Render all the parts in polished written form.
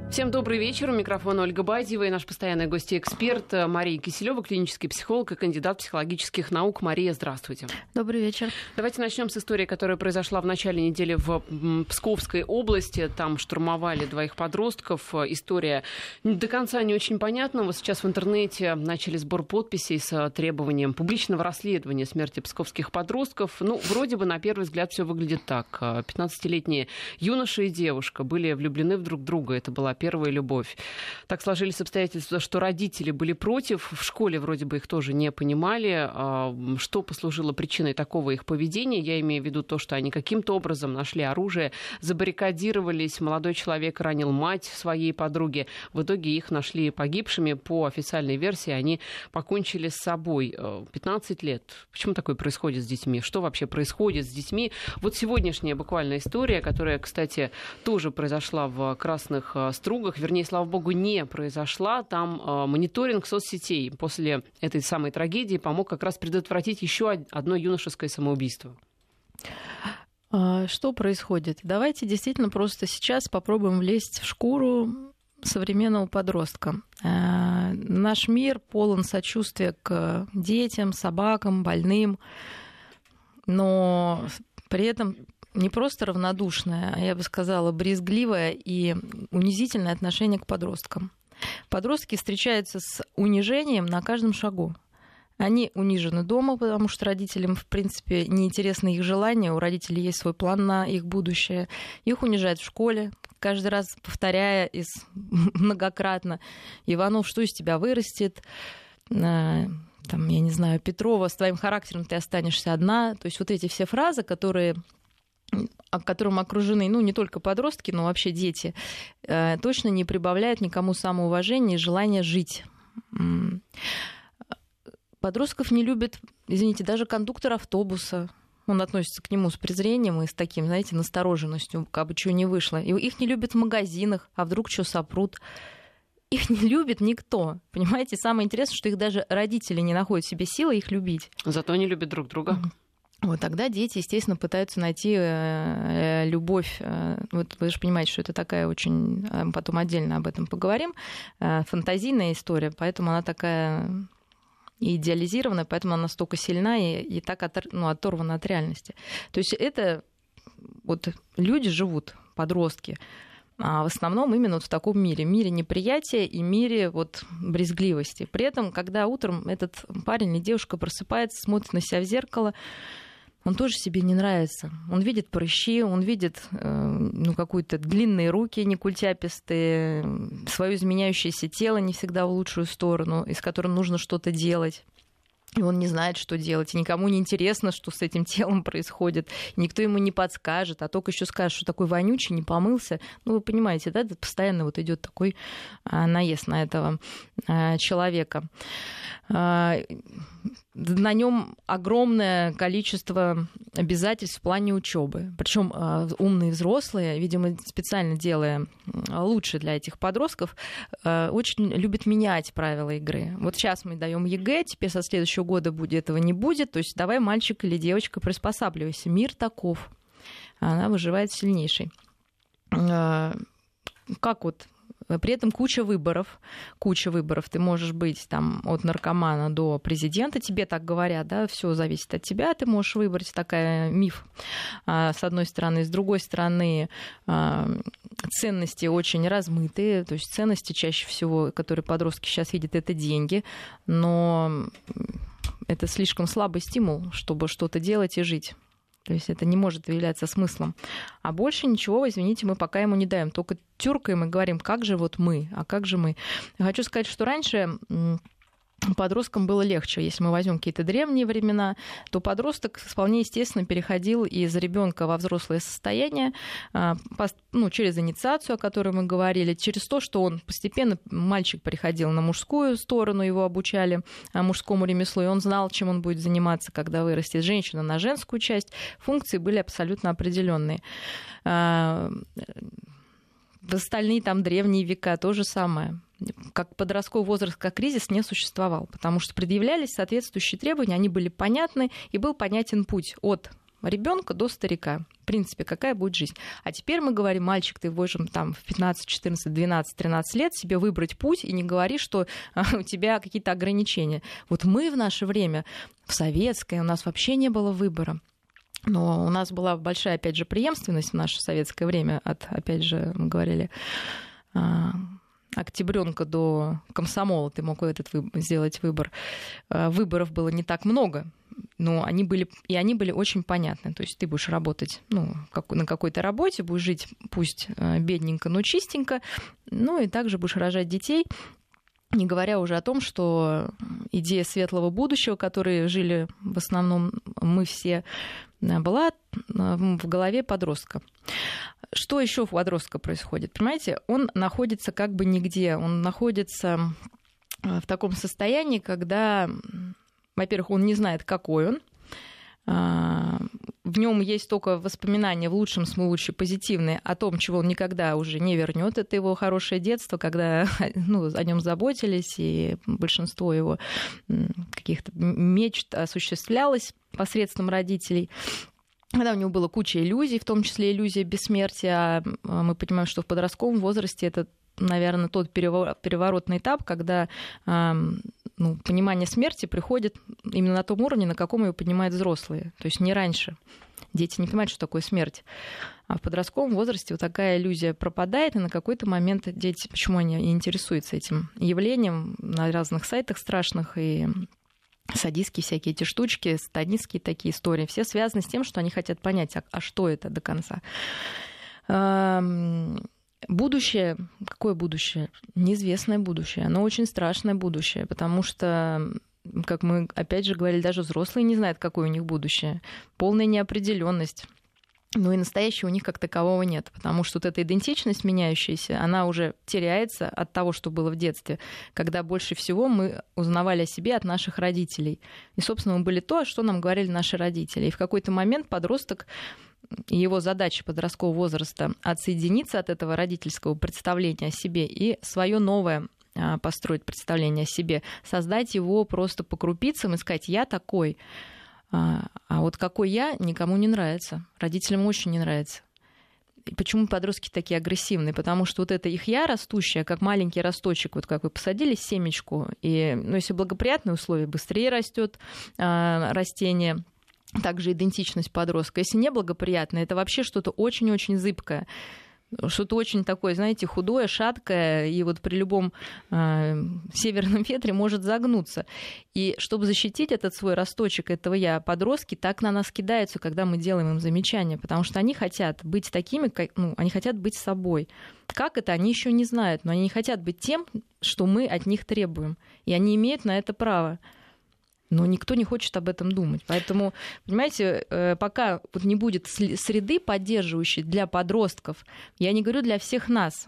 Всем добрый вечер. У микрофона Ольга Бадьева и наш постоянный гость и эксперт Мария Киселева, клинический психолог и кандидат психологических наук. Мария, здравствуйте. Добрый вечер. Давайте начнем с истории, которая произошла в начале недели в Псковской области. Там штурмовали двоих подростков. История до конца не очень понятна. Вот сейчас в интернете начали сбор подписей с требованием публичного расследования смерти псковских подростков. Ну, вроде бы, на первый взгляд, все выглядит так. 15-летние юноша и девушка были влюблены в друг друга. Это была первая любовь. Так сложились обстоятельства, что родители были против. В школе вроде бы их тоже не понимали. Что послужило причиной такого их поведения? Я имею в виду то, что они каким-то образом нашли оружие, забаррикадировались. Молодой человек ранил мать своей подруги. В итоге их нашли погибшими. По официальной версии они покончили с собой. 15 лет. Почему такое происходит с детьми? Что вообще происходит с детьми? Вот сегодняшняя буквально история, которая, кстати, тоже произошла в Красных Стругах, вернее, слава богу, не произошла. Там мониторинг соцсетей после этой самой трагедии помог как раз предотвратить еще одно юношеское самоубийство. Что происходит? Давайте действительно просто сейчас попробуем влезть в шкуру современного подростка. Наш мир полон сочувствия к детям, собакам, больным, но при этом не просто равнодушное, а я бы сказала, брезгливое и унизительное отношение к подросткам. Подростки встречаются с унижением на каждом шагу. Они унижены дома, потому что родителям, в принципе, неинтересны их желания, у родителей есть свой план на их будущее. Их унижают в школе, каждый раз повторяя многократно: «Иванов, что из тебя вырастет?» Там, я не знаю, «Петрова, с твоим характером ты останешься одна». То есть вот эти все фразы, которым окружены, ну, не только подростки, но вообще дети, точно не прибавляют никому самоуважения и желания жить. Подростков не любит, извините, даже кондуктор автобуса. Он относится к нему с презрением и с таким, знаете, настороженностью, как бы чего не вышло. И их не любят в магазинах, а вдруг что сопрут. Их не любит никто. Понимаете, самое интересное, что их даже родители не находят в себе силы их любить. Зато они любят друг друга. Вот тогда дети, естественно, пытаются найти любовь. Вот вы же понимаете, что это такая очень... Потом отдельно об этом поговорим. Фантазийная история, поэтому она такая идеализированная, поэтому она настолько сильна и так оторвана от реальности. То есть это... Вот люди живут, подростки, в основном именно вот в таком мире неприятия и мире вот брезгливости. При этом, когда утром этот парень или девушка просыпается, смотрит на себя в зеркало, он тоже себе не нравится. Он видит прыщи, он видит какие-то длинные руки некультяпистые, свое изменяющееся тело не всегда в лучшую сторону, из которого нужно что-то делать. И он не знает, что делать, и никому не интересно, что с этим телом происходит. И никто ему не подскажет, а только еще скажет, что такой вонючий, не помылся. Ну, вы понимаете, да, постоянно вот идет такой наезд на этого человека. На нем огромное количество обязательств в плане учебы. Причем умные взрослые, видимо, специально делая лучше для этих подростков, очень любят менять правила игры. Вот сейчас мы даем ЕГЭ, теперь со следующего года этого не будет. То есть давай, мальчик или девочка, приспосабливайся. Мир таков. Она выживает сильнейший. Как вот? При этом куча выборов. Ты можешь быть там от наркомана до президента, тебе так говорят, да, все зависит от тебя, ты можешь выбрать, такая миф, с одной стороны. С другой стороны, ценности очень размытые, то есть ценности чаще всего, которые подростки сейчас видят, это деньги, но это слишком слабый стимул, чтобы что-то делать и жить. То есть это не может являться смыслом. А больше ничего, извините, мы пока ему не даем. Только тюркаем и говорим, как же вот мы, а как же мы. Я хочу сказать, что раньше подросткам было легче. Если мы возьмем какие-то древние времена, то подросток вполне естественно переходил из ребенка во взрослое состояние, через инициацию, о которой мы говорили, через то, что он постепенно, мальчик переходил на мужскую сторону, его обучали мужскому ремеслу, и он знал, чем он будет заниматься, когда вырастет. Женщина на женскую часть. Функции были абсолютно определенные. В остальные там древние века то же самое. Как подростковый возраст, как кризис не существовал, потому что предъявлялись соответствующие требования, они были понятны, и был понятен путь от ребенка до старика. В принципе, какая будет жизнь. А теперь мы говорим, мальчик, ты можешь там в 15, 14, 12, 13 лет себе выбрать путь и не говори, что у тебя какие-то ограничения. Вот мы в наше время, в советское, у нас вообще не было выбора. Но у нас была большая, опять же, преемственность в наше советское время от, опять же, мы говорили, октябрёнка до комсомола ты мог сделать выбор. Выборов было не так много, но они были очень понятны. То есть ты будешь работать на какой-то работе, будешь жить пусть бедненько, но чистенько, и также будешь рожать детей. Не говоря уже о том, что идея светлого будущего, которые жили в основном мы все, была в голове подростка. Что еще у подростка происходит? Понимаете, он находится как бы нигде. Он находится в таком состоянии, когда, во-первых, он не знает, какой он. В нем есть только воспоминания, в лучшем случае позитивные, о том, чего он никогда уже не вернет. Это его хорошее детство, когда о нем заботились, и большинство его каких-то мечт осуществлялось посредством родителей. Когда у него была куча иллюзий, в том числе иллюзия бессмертия, мы понимаем, что в подростковом возрасте это, наверное, тот переворотный этап, когда понимание смерти приходит именно на том уровне, на каком его понимают взрослые, то есть не раньше. Дети не понимают, что такое смерть. А в подростковом возрасте вот такая иллюзия пропадает, и на какой-то момент дети, почему они интересуются этим явлением на разных сайтах страшных, и садистские всякие эти штучки, сатанистские такие истории, все связаны с тем, что они хотят понять, а что это до конца. Будущее, какое будущее? Неизвестное будущее. Оно очень страшное будущее, потому что, как мы опять же говорили, даже взрослые не знают, какое у них будущее. Полная неопределенность. Но и настоящего у них как такового нет, потому что вот эта идентичность меняющаяся, она уже теряется от того, что было в детстве, когда больше всего мы узнавали о себе от наших родителей. И, собственно, мы были то, что нам говорили наши родители. И в какой-то момент подросток, его задача подросткового возраста отсоединиться от этого родительского представления о себе и свое новое построить представление о себе, создать его просто по крупицам и сказать: я такой. А вот какой я, никому не нравится. Родителям очень не нравится. И почему подростки такие агрессивные? Потому что вот это их я растущее, как маленький росточек, вот как вы посадили семечку, и если благоприятные условия, быстрее растет растение. Также идентичность подростка. Если неблагоприятное, это вообще что-то очень-очень зыбкое. Что-то очень такое, знаете, худое, шаткое, и вот при любом северном ветре может загнуться. И чтобы защитить этот свой росточек, этого я, подростки так на нас кидаются, когда мы делаем им замечания, потому что они хотят быть такими, они хотят быть собой. Как это, они еще не знают, но они не хотят быть тем, что мы от них требуем. И они имеют на это право. Но никто не хочет об этом думать. Поэтому, понимаете, пока вот не будет среды, поддерживающей для подростков, я не говорю для всех нас,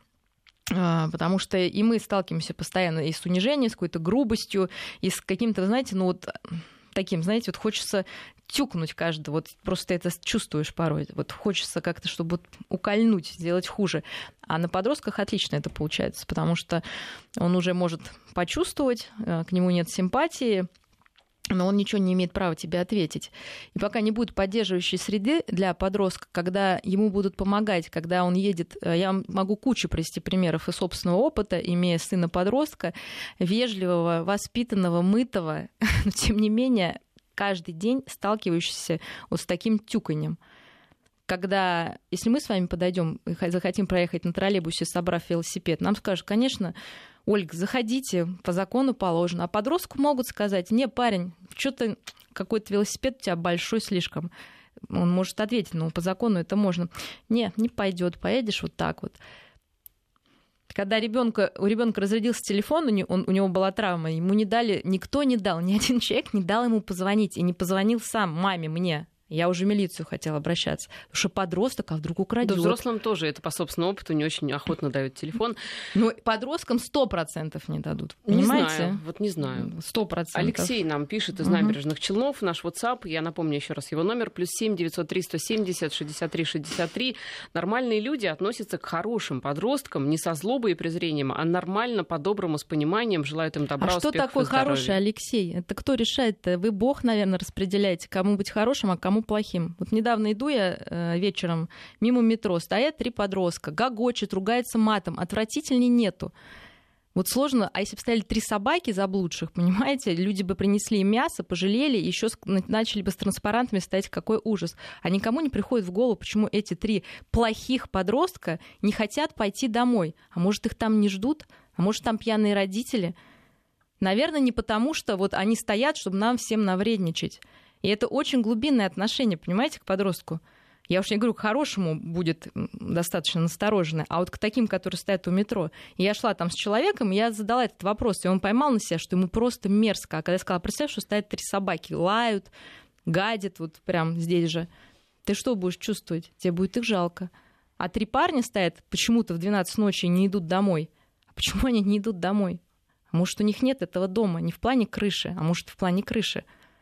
потому что и мы сталкиваемся постоянно и с унижением, с какой-то грубостью, и с каким-то, знаете, таким, знаете, вот хочется тюкнуть каждого, вот просто это чувствуешь порой, вот хочется как-то, чтобы вот укольнуть, сделать хуже. А на подростках отлично это получается, потому что он уже может почувствовать, к нему нет симпатии, но он ничего не имеет права тебе ответить. И пока не будет поддерживающей среды для подростка, когда ему будут помогать, когда он едет... Я могу кучу привести примеров из собственного опыта, имея сына-подростка, вежливого, воспитанного, мытого, но тем не менее каждый день сталкивающийся вот с таким тюканьем. Когда, если мы с вами подойдем и захотим проехать на троллейбусе, собрав велосипед, нам скажут: конечно, Ольга, заходите, по закону положено. А подростку могут сказать: не, парень, что-то какой-то велосипед у тебя большой слишком. Он может ответить: по закону это можно. Не пойдет, поедешь вот так вот. Когда у ребенка разрядился телефон, у него была травма, ему никто не дал, ни один человек не дал ему позвонить. И не позвонил сам маме, мне. Я уже в милицию хотела обращаться. Потому что подросток, а вдруг украдет. Да, взрослым тоже это по собственному опыту не очень охотно дают телефон. Но подросткам 100% не дадут. Понимаете? Не знаю. 100%. Алексей нам пишет из Набережных Челнов. Наш WhatsApp, я напомню еще раз его номер, +7 903 170 63 63. Нормальные люди относятся к хорошим подросткам не со злобой и презрением, а нормально, по-доброму, с пониманием, желают им добра, успехов и здоровья. А что такое хороший, Алексей? Это кто решает? Вы Бог, наверное, распределяете, кому быть хорошим, а кому кому плохим. Вот недавно иду я вечером мимо метро, стоят 3 подростка, гогочут, ругаются матом, отвратительней нету. Вот сложно, а если бы стояли 3 собаки заблудших, понимаете, люди бы принесли им мясо, пожалели, еще начали бы с транспарантами стоять, какой ужас. А никому не приходит в голову, почему эти 3 плохих подростка не хотят пойти домой. А может, их там не ждут? А может, там пьяные родители? Наверное, не потому, что вот они стоят, чтобы нам всем навредничать. И это очень глубинное отношение, понимаете, к подростку. Я уж не говорю, к хорошему будет достаточно настороженное, а вот к таким, которые стоят у метро. И я шла там с человеком, я задала этот вопрос, и он поймал на себя, что ему просто мерзко. А когда я сказала, представь, что стоят 3 собаки, лают, гадят вот прям здесь же. Ты что будешь чувствовать? Тебе будет их жалко. А 3 парня стоят почему-то в 12 ночи и не идут домой. А почему они не идут домой? А может, у них нет этого дома, не в плане крыши, а может, в плане крыши.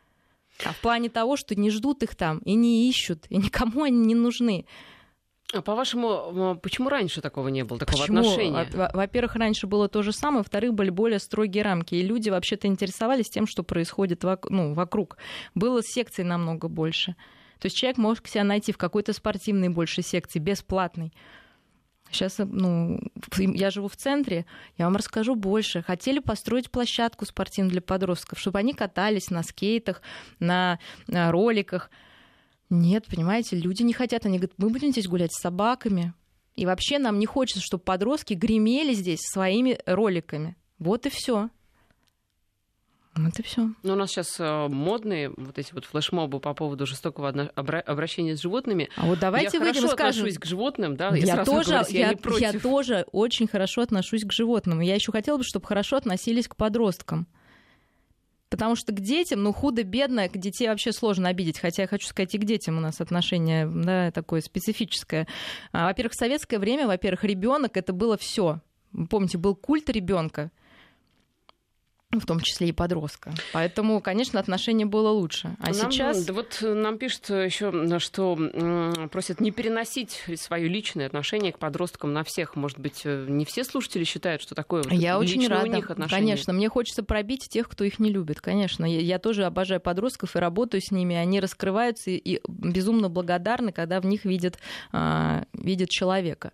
А в плане того, что не ждут их там, и не ищут, и никому они не нужны. А по-вашему, почему раньше такого не было, такого отношения? Во-первых, раньше было то же самое, во-вторых, были более строгие рамки, и люди вообще-то интересовались тем, что происходит вокруг. Было секций намного больше. То есть человек мог себя найти в какой-то спортивной большей секции, бесплатной. Сейчас, я живу в центре, я вам расскажу больше. Хотели построить площадку спортивную для подростков, чтобы они катались на скейтах, на роликах. Нет, понимаете, люди не хотят. Они говорят, мы будем здесь гулять с собаками. И вообще нам не хочется, чтобы подростки гремели здесь своими роликами. Вот и все. Вот и все. Но у нас сейчас модные вот эти вот флешмобы по поводу жестокого обращения с животными. А вот давайте выйдем и скажем. Я отношусь к животным, да? Я тоже очень хорошо отношусь к животным. Я еще хотела бы, чтобы хорошо относились к подросткам. Потому что к детям, худо-бедно, к детей вообще сложно обидеть. Хотя я хочу сказать, и к детям у нас отношение, да, такое специфическое. Во-первых, в советское время, ребенок это было все. Помните, был культ ребенка, в том числе и подростка. Поэтому, конечно, отношение было лучше. А сейчас... Да вот нам пишут еще, что просят не переносить свое личное отношение к подросткам на всех. Может быть, не все слушатели считают, что такое вот я очень рада. У них отношение. Конечно, мне хочется пробить тех, кто их не любит. Конечно, я тоже обожаю подростков и работаю с ними. Они раскрываются и безумно благодарны, когда в них видят человека.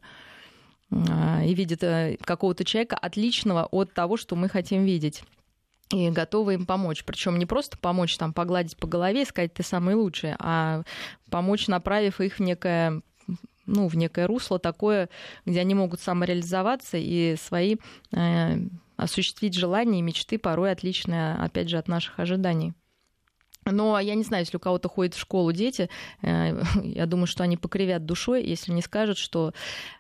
И видят какого-то человека отличного от того, что мы хотим видеть. И готовы им помочь. Причем не просто помочь, погладить по голове и сказать, ты самый лучший, а помочь, направив их в некое русло такое, где они могут самореализоваться и свои осуществить желания и мечты, порой отличные, опять же, от наших ожиданий. Но я не знаю, если у кого-то ходят в школу дети, я думаю, что они покривят душой, если не скажут, что...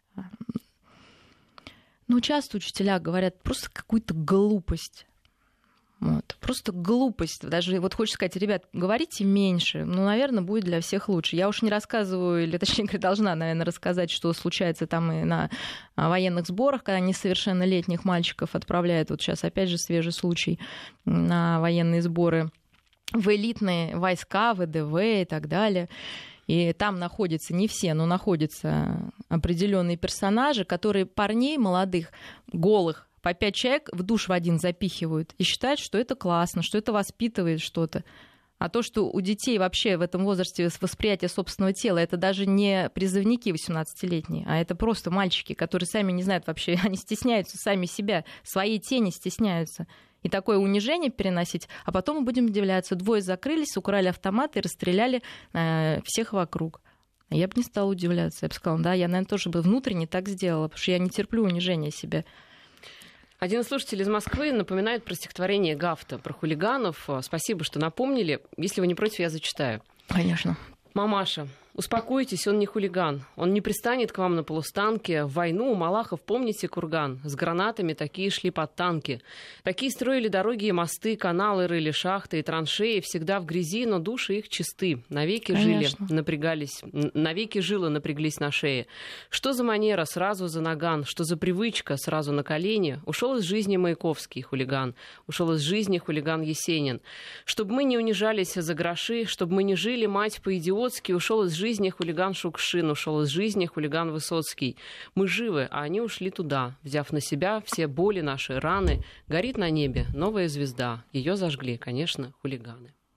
часто учителя говорят просто какую-то глупость. Просто глупость. Даже хочется сказать, ребят, говорите меньше. Наверное, будет для всех лучше. Я уж не рассказываю, или точнее должна, наверное, рассказать, что случается там и на военных сборах, когда несовершеннолетних мальчиков отправляют. Вот сейчас опять же свежий случай на военные сборы в элитные войска, ВДВ и так далее. И там находятся не все, но находятся определенные персонажи, которые парней молодых, голых, по 5 человек в душ в один запихивают и считают, что это классно, что это воспитывает что-то. А то, что у детей вообще в этом возрасте восприятие собственного тела, это даже не призывники 18-летние, а это просто мальчики, которые сами не знают вообще, они стесняются сами себя, своей тени стесняются. И такое унижение переносить, а потом мы будем удивляться. 2 закрылись, украли автоматы и расстреляли всех вокруг. Я бы не стала удивляться. Я бы сказала, да, я, наверное, тоже бы внутренне так сделала, потому что я не терплю унижения себя. Один слушатель из Москвы напоминает про стихотворение Гафта, про хулиганов. Спасибо, что напомнили. Если вы не против, я зачитаю. Конечно. Мамаша, успокойтесь, он не хулиган. Он не пристанет к вам на полустанке. В войну у Малахов, помните, курган? С гранатами такие шли под танки. Такие строили дороги и мосты, каналы рыли, шахты и траншеи. Всегда в грязи, но души их чисты. Навеки жили, напряглись. Навеки жилы напряглись на шее. Что за манера сразу за наган? Что за привычка сразу на колени? Ушел из жизни Маяковский хулиган. Ушел из жизни хулиган Есенин. Чтобы мы не унижались за гроши, чтобы мы не жили, мать, по-идиотски, ушел из жизни хулиган Шукшин, ушел из жизни хулиган Высоцкий. Мы живы, а они ушли туда, взяв на себя все боли, наши раны. Горит на небе новая звезда. Ее зажгли, конечно, хулиганы.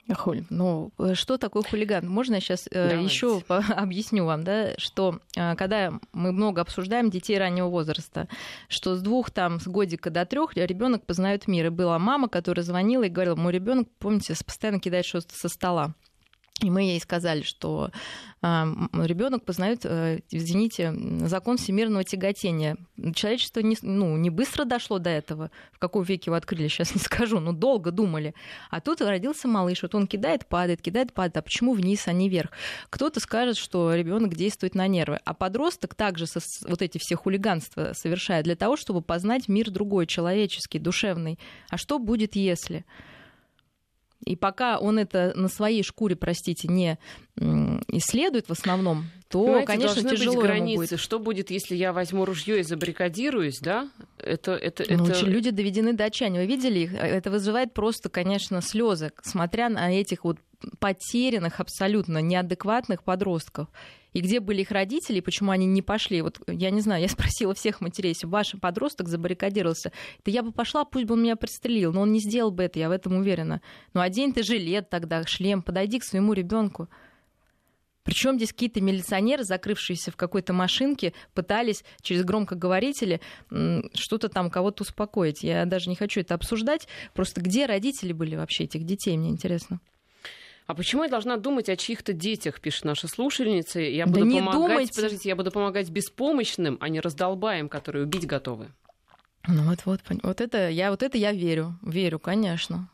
Ну, что такое хулиган? Можно я сейчас еще объясню вам, да, что когда мы много обсуждаем детей раннего возраста, что с 2 с годика до 3 ребенок познает мир. И была мама, которая звонила и говорила: мой ребенок, помните, постоянно кидает что-то со стола. И мы ей сказали, что ребенок познает, извините, закон всемирного тяготения. Человечество не быстро дошло до этого. В каком веке его открыли, сейчас не скажу, но долго думали. А тут родился малыш, вот он кидает, падает. А почему вниз, а не вверх? Кто-то скажет, что ребенок действует на нервы. А подросток также вот эти все хулиганства совершает для того, чтобы познать мир другой, человеческий, душевный. А что будет, если... И пока он это на своей шкуре, простите, не исследует в основном, то, понимаете, конечно, тяжело быть границы. Ему будет. Что будет, если я возьму ружье и забаррикадируюсь, да? Люди доведены до отчаяния. Вы видели их? Это вызывает просто, конечно, слезы, смотря на этих вот потерянных, абсолютно неадекватных подростков. И где были их родители, почему они не пошли? Вот я не знаю, я спросила всех матерей, если ваш подросток забаррикадировался, то я бы пошла, пусть бы он меня пристрелил, но он не сделал бы это, я в этом уверена. Ну, одень ты жилет тогда, шлем, подойди к своему ребенку. Причем здесь какие-то милиционеры, закрывшиеся в какой-то машинке, пытались через громкоговорители что-то там кого-то успокоить. Я даже не хочу это обсуждать. Просто где родители были вообще этих детей, мне интересно. А почему я должна думать о чьих-то детях, пишет наша слушательница. Я буду я буду помогать беспомощным, а не раздолбаем, которые убить готовы. Ну вот это я верю, конечно.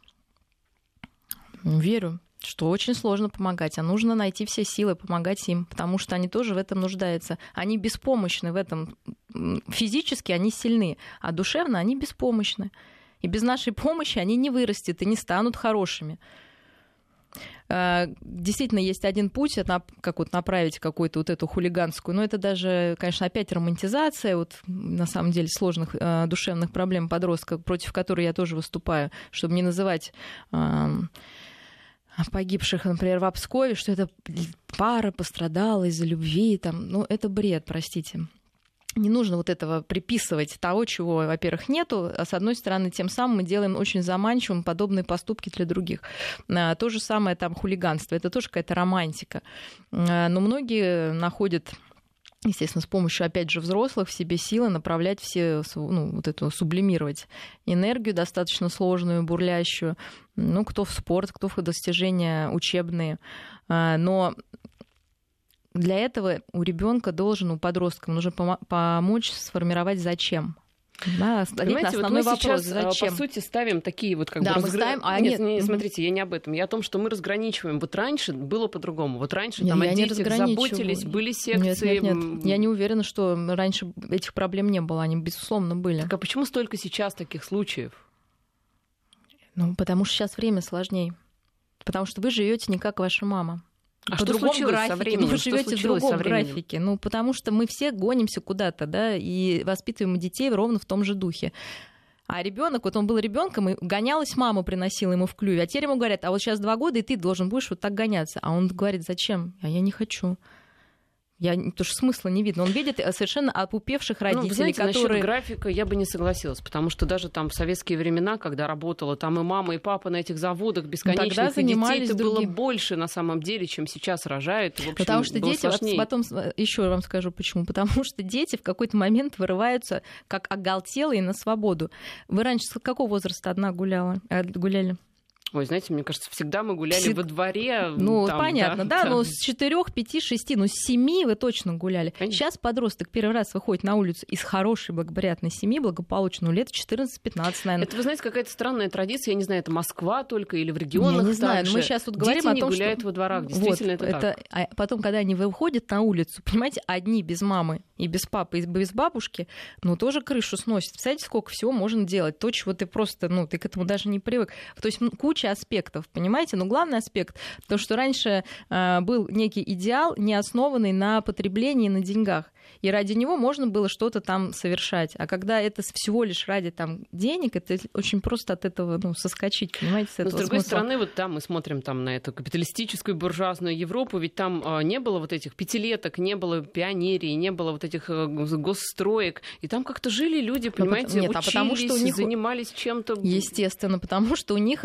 Верю, что очень сложно помогать, а нужно найти все силы помогать им, потому что они тоже в этом нуждаются. Они беспомощны в этом. Физически они сильны, а душевно они беспомощны. И без нашей помощи они не вырастут и не станут хорошими. Действительно, есть один путь, как вот направить какую-то вот эту хулиганскую, но это даже, конечно, опять романтизация, вот, на самом деле, сложных душевных проблем подростка, против которой я тоже выступаю, чтобы не называть погибших, например, в Обскове, что это пара пострадала из-за любви, там, это бред, простите. Не нужно вот этого приписывать того, чего, во-первых, нету, а с одной стороны, тем самым мы делаем очень заманчивым подобные поступки для других. То же самое там хулиганство, это тоже какая-то романтика. Но многие находят, естественно, с помощью, опять же, взрослых в себе силы направлять все, вот эту, сублимировать энергию достаточно сложную, бурлящую, кто в спорт, кто в достижения учебные. Но для этого у ребенка у подростка нужно помочь сформировать зачем. Да, понимаете, основной вот мы вопрос, сейчас, зачем? по сути, ставим такие вот как бы... мы ставим... Нет, смотрите, я не об этом. Я о том, что мы разграничиваем. Вот раньше было по-другому. Вот раньше там о детях заботились, были секции... Нет. Я не уверена, что раньше этих проблем не было. Они, безусловно, были. Так а почему столько сейчас таких случаев? Потому что сейчас время сложнее. Потому что вы живете не как ваша мама. А что случилось со временем? Вы живете в другом графике. Потому что мы все гонимся куда-то, да, и воспитываем детей ровно в том же духе. А ребенок, вот он был ребенком, и гонялась мама, приносила ему в клюве. А теперь ему говорят: а вот сейчас 2 года, и ты должен будешь вот так гоняться. А он говорит: зачем? А я не хочу. Потому что смысла не видно. Он видит совершенно опупевших родителей, вы знаете, которые... насчёт графика я бы не согласилась, потому что даже там в советские времена, когда работала там и мама, и папа на этих заводах бесконечных, и детей-то было больше на самом деле, чем сейчас рожают. В общем, потому что дети, потом еще вам скажу почему, потому что дети в какой-то момент вырываются как оголтелые на свободу. Вы раньше с какого возраста гуляли? Ой, знаете, мне кажется, всегда мы гуляли во дворе. Понятно, да, но с 4, 5, 6, с 7 вы точно гуляли. Конечно. Сейчас подросток первый раз выходит на улицу из хорошей, благоприятной семьи, благополучной, лет 14-15, наверное. Это, вы знаете, какая-то странная традиция, я не знаю, это Москва только или в регионах. Я не знаю, но мы сейчас вот говорим о том, что... Дети не гуляют во дворах, действительно это так. А потом, когда они выходят на улицу, понимаете, одни без мамы и без папы, и без бабушки, тоже крышу сносит. Представляете, сколько всего можно делать? То, чего ты просто, ты к этому даже не привык. То есть куча аспектов, понимаете? Но главный аспект, то, что раньше был некий идеал, не основанный на потреблении, на деньгах. И ради него можно было что-то там совершать. А когда это всего лишь ради денег, это очень просто от этого соскочить, понимаете? Но с другой стороны, вот там мы смотрим на эту капиталистическую буржуазную Европу, ведь там не было вот этих пятилеток, не было пионерии, не было вот этих госстроек. И там как-то жили люди, понимаете, учились, потому что у них... занимались чем-то. Естественно, потому что у них это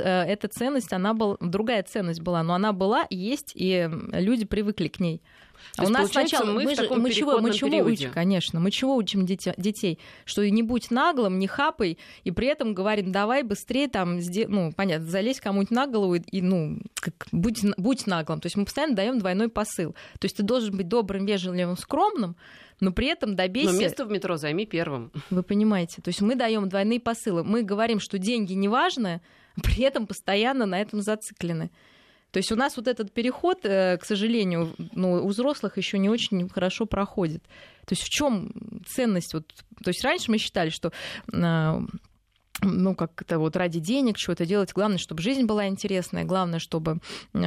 эта ценность, другая ценность была, но она была и есть, и люди привыкли к ней. У нас сначала мы чего учим, конечно, мы чего учим детей? Что не будь наглым, не хапай, и при этом говорим, давай быстрее там, понятно, залезь кому-нибудь на голову и будь наглым. То есть мы постоянно даем двойной посыл. То есть ты должен быть добрым, вежливым, скромным, но при этом добейся... Но место в метро займи первым. Вы понимаете, то есть мы даем двойные посылы. Мы говорим, что деньги не важны, при этом постоянно на этом зациклены. То есть у нас вот этот переход, к сожалению, у взрослых еще не очень хорошо проходит. То есть в чем ценность? То есть раньше мы считали, что как-то ради денег что-то делать. Главное, чтобы жизнь была интересная, главное, чтобы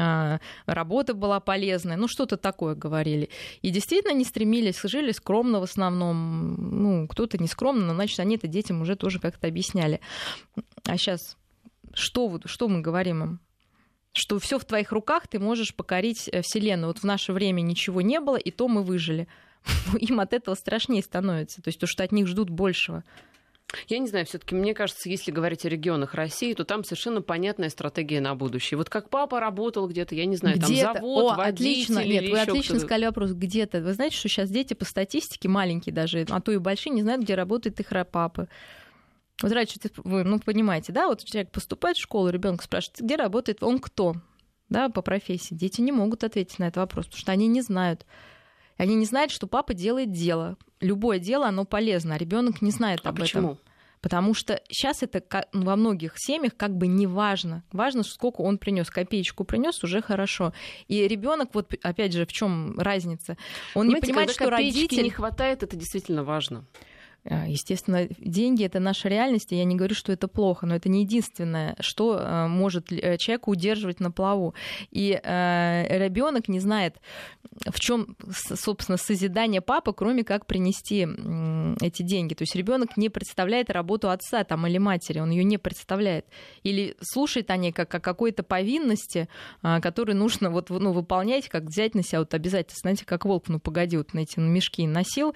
работа была полезная. Что-то такое говорили. И действительно не стремились, жили скромно в основном. Кто-то не скромно, но, значит, они это детям уже тоже как-то объясняли. А сейчас что мы говорим им? Что все в твоих руках, ты можешь покорить Вселенную. В наше время ничего не было, и то мы выжили. Им от этого страшнее становится. То есть то, что от них ждут большего. Я не знаю, все-таки мне кажется, если говорить о регионах России, то там совершенно понятная стратегия на будущее. Как папа работал где-то, я не знаю, там завод, водитель. Отлично. Нет, вы отлично сказали вопрос. Где-то. Вы знаете, что сейчас дети по статистике маленькие даже, а то и большие, не знают, где работает их папа. Раньше вы понимаете, да, человек поступает в школу, ребенок спрашивает, где работает, он кто, да, по профессии. Дети не могут ответить на этот вопрос, потому что они не знают. Они не знают, что папа делает дело. Любое дело, оно полезно, а ребенок не знает об этом. Почему? Потому что сейчас это во многих семьях не важно. Важно, сколько он принес, копеечку принес, уже хорошо. И ребенок, опять же, в чем разница? Он не понимает, что родитель не хватает, это действительно важно. Естественно, деньги — это наша реальность, и я не говорю, что это плохо, но это не единственное, что может человека удерживать на плаву. И ребенок не знает, в чем, собственно, созидание папы, кроме как принести эти деньги. То есть ребенок не представляет работу отца или матери, он ее не представляет. Или слушает о ней как о какой-то повинности, которую нужно выполнять, как взять на себя обязательно, знаете, как волк, погоди, на эти мешки носил,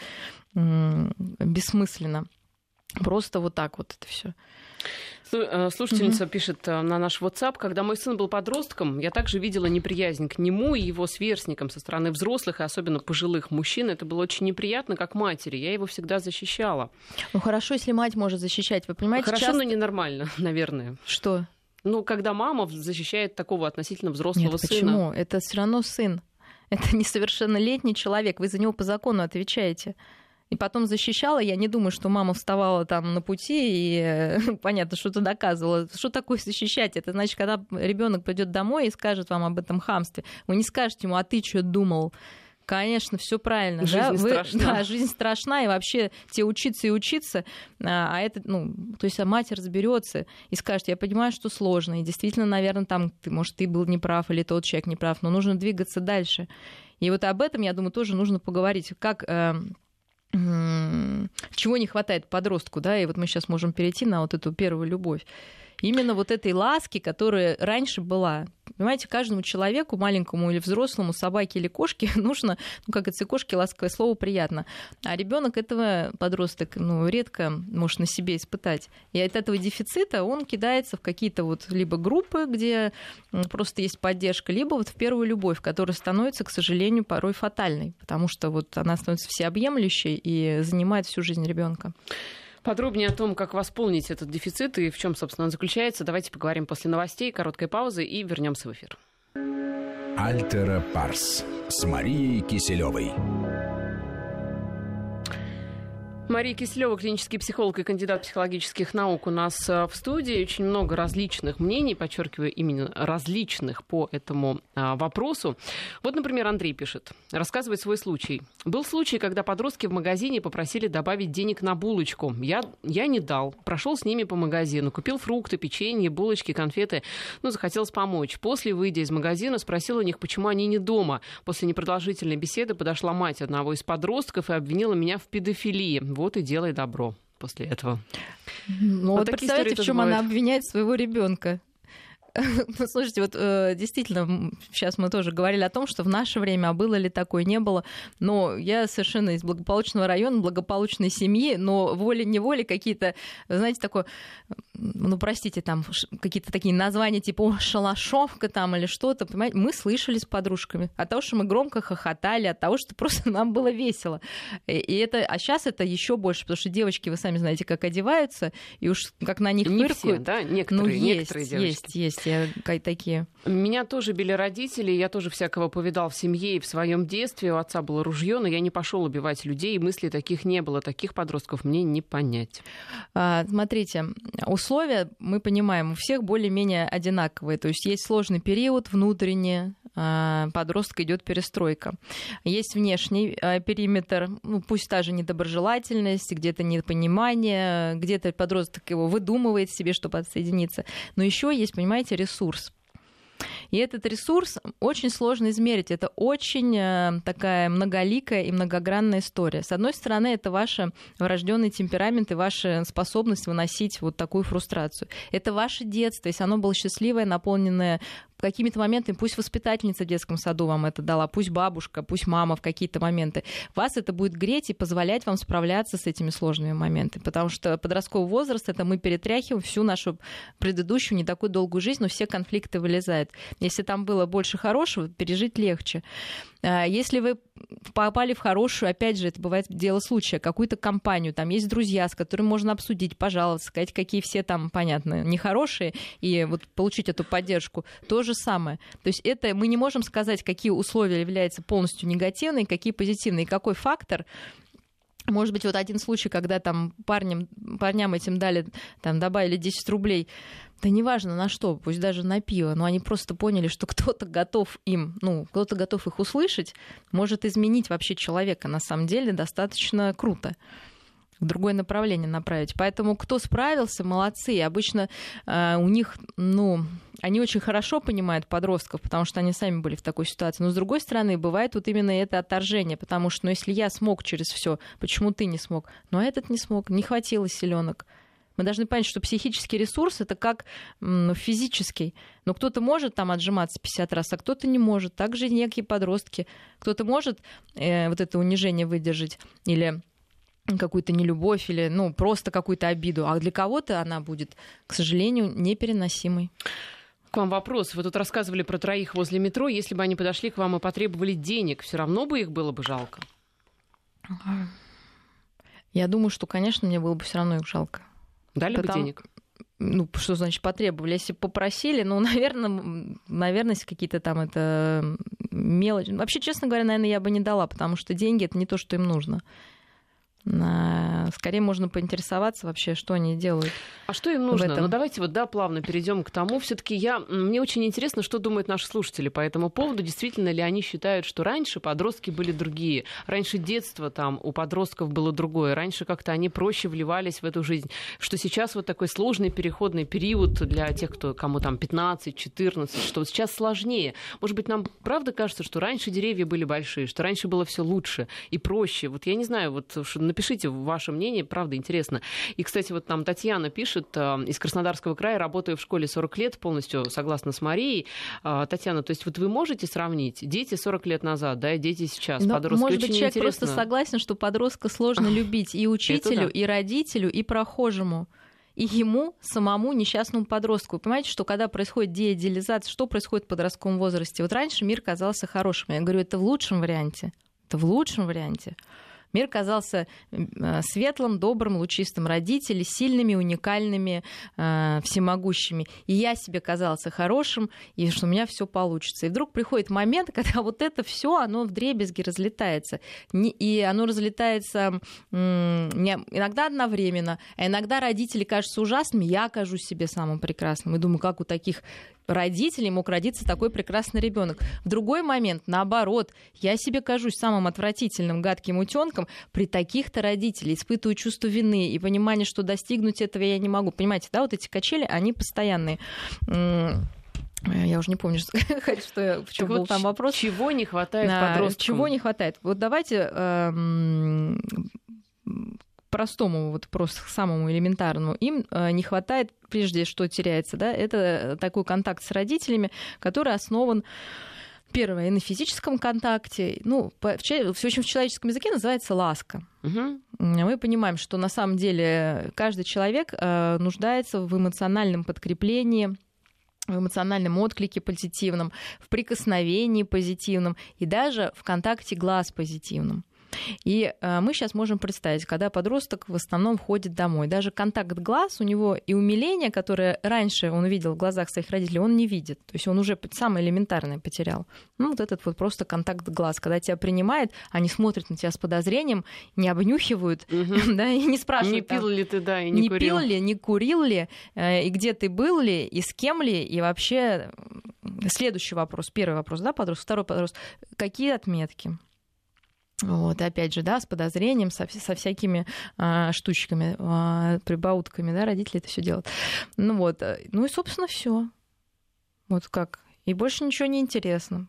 бессмысленно. Просто так это все. Слушательница пишет на наш WhatsApp: когда мой сын был подростком, я также видела неприязнь к нему и его сверстникам со стороны взрослых, и особенно пожилых мужчин. Это было очень неприятно, как матери. Я его всегда защищала. Хорошо, если мать может защищать, вы понимаете? Хорошо, но ненормально, наверное. Что? Когда мама защищает такого относительно взрослого сына. Почему? Это все равно сын. Это несовершеннолетний человек. Вы за него по закону отвечаете. И потом защищала, я не думаю, что мама вставала на пути и, понятно, что-то доказывала. Что такое защищать? Это значит, когда ребенок придет домой и скажет вам об этом хамстве, вы не скажете ему, а ты что думал? Конечно, все правильно. Жизнь страшна. Да, жизнь страшна, и вообще тебе учиться и учиться. А это, то есть мать разберется и скажет, я понимаю, что сложно. И действительно, наверное, может, ты был неправ или тот человек неправ, но нужно двигаться дальше. И об этом, я думаю, тоже нужно поговорить. Чего не хватает подростку, да, и мы сейчас можем перейти на эту первую любовь. Именно этой ласки, которая раньше была. Понимаете, каждому человеку, маленькому или взрослому, собаке или кошке, нужно, как эти кошки, ласковое слово приятно. А ребенок этого, подросток, редко может на себе испытать. И от этого дефицита он кидается в какие-то либо группы, где просто есть поддержка, либо в первую любовь, которая становится, к сожалению, порой фатальной, потому что она становится всеобъемлющей и занимает всю жизнь ребенка. Подробнее о том, как восполнить этот дефицит и в чем, собственно, он заключается, давайте поговорим после новостей, короткой паузы и вернемся в эфир. Альтера Парс с Марией Киселевой. Мария Киселева, клинический психолог и кандидат психологических наук, у нас в студии. Очень много различных мнений, подчеркиваю, именно различных по этому вопросу. Например, Андрей пишет, рассказывает свой случай. Был случай, когда подростки в магазине попросили добавить денег на булочку. Я не дал. Прошел с ними по магазину, купил фрукты, печенье, булочки, конфеты. Захотелось помочь. После, выйдя из магазина, спросил у них, почему они не дома. После непродолжительной беседы подошла мать одного из подростков и обвинила меня в педофилии. И делай добро после этого. Представьте, в чем она обвиняет своего ребенка. Ну, слушайте, вот действительно, сейчас мы тоже говорили о том, что в наше время, а было ли такое, не было. Но я совершенно из благополучного района, благополучной семьи, но волей-неволей какие-то, знаете, такое, ну, простите, там какие-то такие названия типа шалашовка там или что-то, понимаете, мы слышали с подружками от того, что мы громко хохотали, от того, что просто нам было весело. А сейчас это еще больше, потому что девочки, вы сами знаете, как одеваются, и уж как на них не фыркают. Все, да? Некоторые, ну, некоторые девочки. Есть такие. Меня тоже били родители, я тоже всякого повидал в семье и в своем детстве. У отца было ружье, но я не пошел убивать людей, и мыслей таких не было. Таких подростков мне не понять. Смотрите, условия, мы понимаем, у всех более-менее одинаковые. То есть есть сложный период внутренний, подростка идет перестройка. Есть внешний периметр, ну, пусть та же недоброжелательность, где-то непонимание, где-то подросток его выдумывает себе, чтобы отсоединиться. Но еще есть, понимаете, ресурс. И этот ресурс очень сложно измерить. Это очень такая многоликая и многогранная история. С одной стороны, это ваш врожденный темперамент и ваша способность выносить вот такую фрустрацию. Это ваше детство, если оно было счастливое, наполненное какими-то моментами, пусть воспитательница в детском саду вам это дала, пусть бабушка, пусть мама в какие-то моменты, вас это будет греть и позволять вам справляться с этими сложными моментами, потому что подростковый возраст — это мы перетряхиваем всю нашу предыдущую не такую долгую жизнь, но все конфликты вылезают. Если там было больше хорошего, пережить легче. Если вы попали в хорошую, опять же, это бывает дело случая, какую-то компанию, там есть друзья, с которыми можно обсудить, пожаловаться, сказать, какие все там, понятно, нехорошие, и вот получить эту поддержку, то же самое. То есть это мы не можем сказать, какие условия являются полностью негативные, какие позитивные, и какой фактор. Может быть, вот один случай, когда там парням этим дали, там, добавили 10 рублей, да неважно на что, пусть даже на пиво, но они просто поняли, что кто-то готов кто-то готов их услышать, может изменить вообще человека. На самом деле достаточно круто в другое направление направить. Поэтому кто справился, молодцы. Обычно у них, они очень хорошо понимают подростков, потому что они сами были в такой ситуации. Но с другой стороны, бывает вот именно это отторжение, потому что, если я смог через все, почему ты не смог? Но этот не смог, не хватило силенок. Мы должны понять, что психический ресурс — это как физический. Но кто-то может там отжиматься 50 раз, а кто-то не может. Также некие подростки. Кто-то может вот это унижение выдержать или какую-то нелюбовь, или просто какую-то обиду. А для кого-то она будет, к сожалению, непереносимой. К вам вопрос. Вы тут рассказывали про 3 возле метро. Если бы они подошли к вам и потребовали денег, все равно бы их было бы жалко? Я думаю, что, конечно, мне было бы все равно их жалко. Дали бы денег? Что значит потребовали? Если попросили, наверное, какие-то там это мелочи. Вообще, честно говоря, наверное, я бы не дала, потому что деньги — это не то, что им нужно. Скорее можно поинтересоваться вообще, что они делают. А что им нужно? Давайте плавно перейдем к тому. Все-таки мне очень интересно, что думают наши слушатели по этому поводу. Действительно ли они считают, что раньше подростки были другие? Раньше детство там у подростков было другое. Раньше как-то они проще вливались в эту жизнь. Что сейчас вот такой сложный переходный период для тех, кому там 15, 14, что сейчас сложнее. Может быть, нам правда кажется, что раньше деревья были большие, что раньше было все лучше и проще. Вот я не знаю, напишите ваше мнение, правда, интересно. И, кстати, вот там Татьяна пишет из Краснодарского края, работаю в школе 40 лет, полностью согласна с Марией. Татьяна, то есть вот вы можете сравнить дети 40 лет назад, да, и дети сейчас, подростки? Может быть, очень человек интересно. просто согласен, что подростка сложно любить и учителю, и родителю, и прохожему. И ему, самому несчастному подростку. Вы понимаете, что когда происходит деидеализация, что происходит в подростковом возрасте? Вот раньше мир казался хорошим. Я говорю, это в лучшем варианте. Это в лучшем варианте. Мир казался светлым, добрым, лучистым. Родители сильными, уникальными, всемогущими. И я себе казался хорошим, и что у меня все получится. И вдруг приходит момент, когда вот это все, оно вдребезги разлетается. И оно разлетается иногда одновременно, а иногда родители кажутся ужасными, я кажусь себе самым прекрасным. И думаю, как у таких родителей мог родиться такой прекрасный ребенок. В другой момент, наоборот, я себе кажусь самым отвратительным, гадким утенком при таких-то родителях, испытываю чувство вины и понимание, что достигнуть этого я не могу. Понимаете, да, вот эти качели, они постоянные. Я уже не помню, в чем был там вопрос. Чего не хватает подросткам? Чего не хватает? Вот давайте простому, вот просто самому элементарному, им не хватает, прежде что теряется, да, это такой контакт с родителями, который основан, первое, на физическом контакте, ну, в общем, в человеческом языке называется ласка. Угу. Мы понимаем, что на самом деле каждый человек нуждается в эмоциональном подкреплении, в эмоциональном отклике позитивном, в прикосновении позитивном и даже в контакте глаз позитивном. И мы сейчас можем представить, когда подросток в основном ходит домой, даже контакт глаз у него и умиление, которое раньше он увидел в глазах своих родителей, он не видит. То есть он уже самое элементарное потерял. Ну, вот этот вот просто контакт глаз, когда тебя принимают, они смотрят на тебя с подозрением, не обнюхивают, да, и не спрашивают. Не пил ли ты, да, и не курил. Не пил ли, не курил ли, и где ты был ли, и с кем ли, и вообще... Следующий вопрос, первый вопрос, да, подросток, второй вопрос. Какие отметки? Вот, опять же, да, с подозрением, со всякими штучками, прибаутками, да, родители это все делают. Ну вот, ну и, собственно, все. Вот как. И больше ничего не интересно.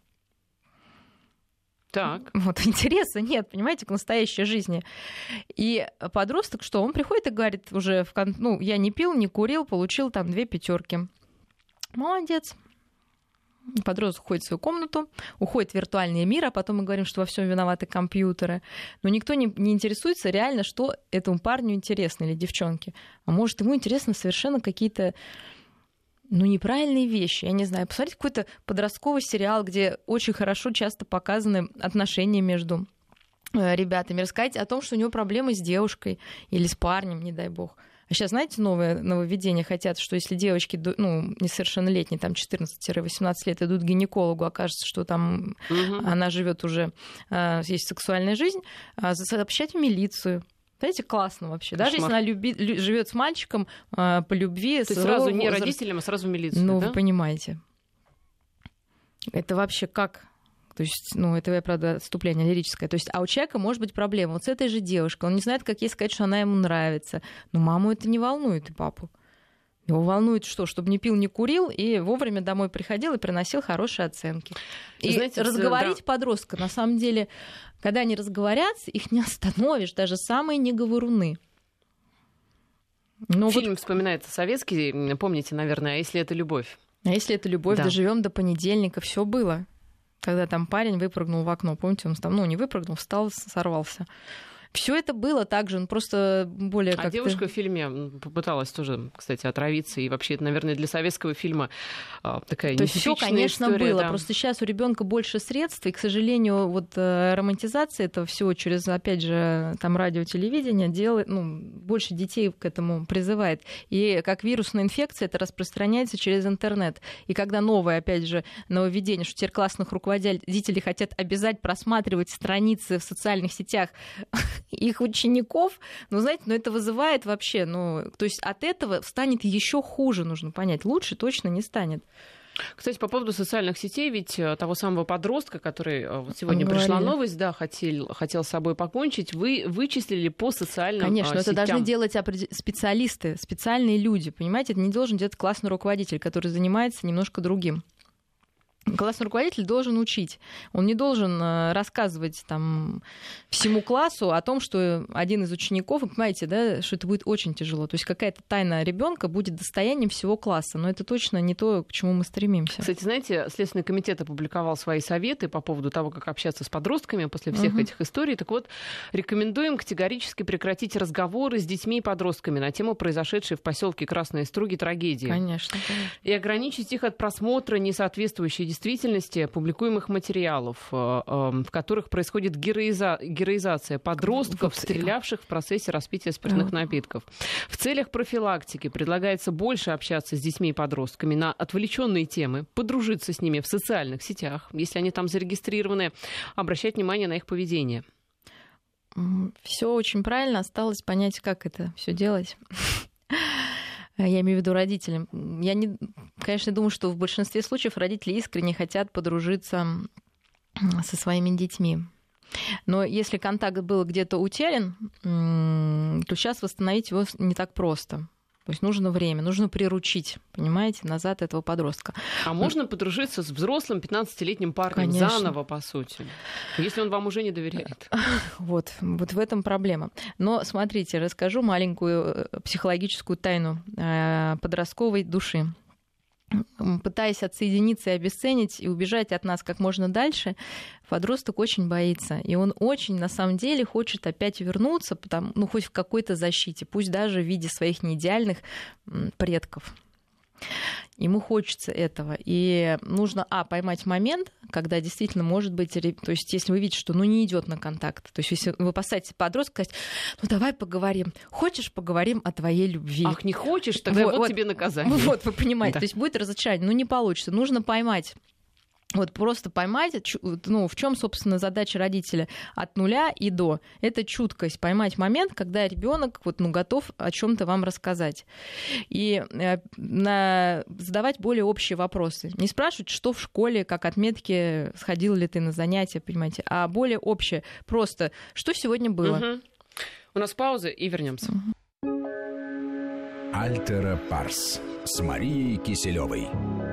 Так. Вот, интереса нет, понимаете, к настоящей жизни. И подросток что? Он приходит и говорит уже, ну, я не пил, не курил, получил там 2 5. Молодец. Подросток уходит в свою комнату, уходит в виртуальный мир, а потом мы говорим, что во всем виноваты компьютеры. Но никто не интересуется реально, что этому парню интересно или девчонке. А может, ему интересно совершенно какие-то, ну, неправильные вещи. Я не знаю, посмотрите какой-то подростковый сериал, где очень хорошо часто показаны отношения между ребятами. Рассказать о том, что у него проблемы с девушкой или с парнем, не дай бог. А сейчас, знаете, нововведения хотят, что если девочки, ну, несовершеннолетние, там 14-18 лет, идут к гинекологу, окажется, что там она живет уже, есть сексуальная жизнь, сообщать в милицию. Знаете, классно вообще. Кошмар. Даже если она живет с мальчиком по любви. То есть сразу не родителям, а сразу в милицию. Ну, да? Вы понимаете. Это вообще как? То есть, ну, это, правда, отступление лирическое. То есть, а у человека может быть проблема. Вот с этой же девушкой. Он не знает, как ей сказать, что она ему нравится. Но маму это не волнует, и папу. Его волнует что? Чтобы не пил, не курил, и вовремя домой приходил и приносил хорошие оценки. И знаете, разговорить подростка, на самом деле, когда они разговорятся, их не остановишь, даже самые неговоруны. Но фильм вспоминается советский, помните, наверное, «А если это любовь?» А если это любовь, да. Доживем до понедельника, все было. Когда там парень выпрыгнул в окно, помните, он там, ну, не выпрыгнул, встал, сорвался. Все это было так же, он просто более как-то... А девушка в фильме попыталась тоже, кстати, отравиться, и вообще это, наверное, для советского фильма такая нетипичная история. То есть всё, конечно, было, да. Просто сейчас у ребенка больше средств, и, к сожалению, вот романтизация этого всего через, опять же, там радио, телевидение делает, ну, больше детей к этому призывает. И как вирусная инфекция это распространяется через интернет. И когда новое, опять же, нововведение, что теперь классных руководителей хотят обязать просматривать страницы в социальных сетях их учеников, ну, знаете, это вызывает вообще, то есть от этого станет еще хуже, нужно понять. Лучше точно не станет. Кстати, по поводу социальных сетей, ведь того самого подростка, который вот сегодня пришла новость, да, хотел с собой покончить, вы вычислили по социальным Конечно, сетям. Это должны делать специалисты, специальные люди, понимаете, это не должен делать классный руководитель, который занимается немножко другим. Классный руководитель должен учить. Он не должен рассказывать там всему классу о том, что один из учеников, вы понимаете, да, что это будет очень тяжело. То есть какая-то тайна ребенка будет достоянием всего класса, но это точно не то, к чему мы стремимся. Кстати, знаете, Следственный комитет опубликовал свои советы по поводу того, как общаться с подростками после всех этих историй. Так вот, рекомендуем категорически прекратить разговоры с детьми и подростками на тему произошедшей в поселке Красные Струги трагедии. Конечно. И ограничить их от просмотра несоответствующей действительности публикуемых материалов, в которых происходит героизация подростков, стрелявших в процессе распития спиртных напитков. В целях профилактики предлагается больше общаться с детьми и подростками на отвлеченные темы, подружиться с ними в социальных сетях, если они там зарегистрированы, обращать внимание на их поведение. Все очень правильно, осталось понять, как это все делать. Я имею в виду родителям. Я, конечно, думаю, что в большинстве случаев родители искренне хотят подружиться со своими детьми. Но если контакт был где-то утерян, то сейчас восстановить его не так просто. То есть нужно время, нужно приручить, понимаете, назад этого подростка. А можно подружиться с взрослым 15-летним парнем заново, по сути, если он вам уже не доверяет? Вот в этом проблема. Но смотрите, расскажу маленькую психологическую тайну подростковой души. Пытаясь отсоединиться и обесценить, и убежать от нас как можно дальше, подросток очень боится. И он очень, на самом деле, хочет опять вернуться, хоть в какой-то защите, пусть даже в виде своих неидеальных предков. Ему хочется этого. И нужно, поймать момент, когда действительно может быть, то есть если вы видите, что не идет на контакт, то есть если вы посадите подростка, сказать, давай поговорим. Хочешь, поговорим о твоей любви? Ах, не хочешь, тогда вот тебе наказание. Вот, вы понимаете, то есть будет разочарование, не получится. Нужно поймать. Просто поймать, в чем, собственно, задача родителя от нуля и до. Это чуткость, поймать момент, когда ребенок готов о чем-то вам рассказать. И задавать более общие вопросы. Не спрашивать, что в школе, как отметки, сходил ли ты на занятия, понимаете, а более общее. Просто, что сегодня было. Угу. У нас пауза и вернемся. Альтера Парс с Марией Киселевой.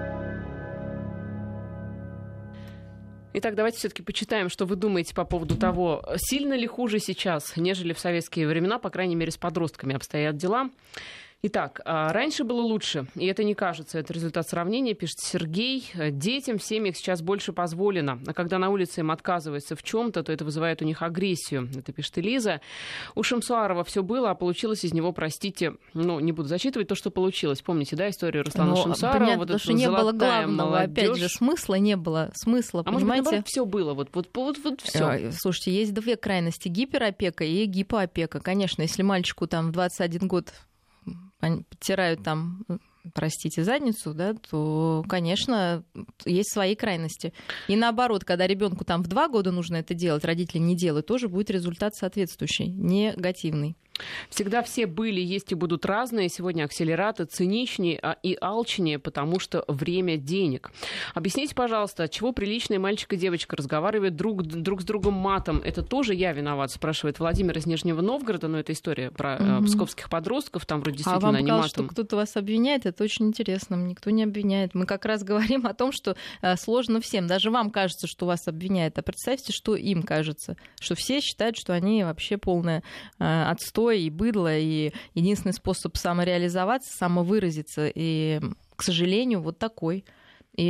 Итак, давайте все-таки почитаем, что вы думаете по поводу того, сильно ли хуже сейчас, нежели в советские времена, по крайней мере, с подростками обстоят дела. Итак, раньше было лучше, и это не кажется, это результат сравнения, пишет Сергей. Детям в семьях сейчас больше позволено, а когда на улице им отказывается в чем-то, то это вызывает у них агрессию, это пишет Элиза. У Шамсуарова все было, а получилось из него, простите, не буду зачитывать то, что получилось. Помните, да, историю Руслана Шамсуарова? Понятно, потому что не было главного, молодежь. Опять же, смысла не было. Смысла, а понимаете? Может быть, все было, вот все. Слушайте, есть две крайности, гиперопека и гипоопека. Конечно, если мальчику в 21 год подтирают простите, задницу, да, то, конечно, есть свои крайности. И наоборот, когда ребенку в 2 года нужно это делать, родители не делают, тоже будет результат соответствующий, негативный. Всегда все были, есть и будут разные. Сегодня акселераты циничнее и алчнее, потому что время денег. Объясните, пожалуйста, от чего приличный мальчик и девочка разговаривают друг с другом матом? Это тоже я виноват, спрашивает Владимир из Нижнего Новгорода. Но это история про псковских подростков. Там вроде действительно вам не матом. Что кто-то вас обвиняет, это очень интересно. Никто не обвиняет. Мы как раз говорим о том, что сложно всем. Даже вам кажется, что вас обвиняют. А представьте, что им кажется. Что все считают, что они вообще полное отстой и быдло, и единственный способ самореализоваться, самовыразиться, и, к сожалению, вот такой. И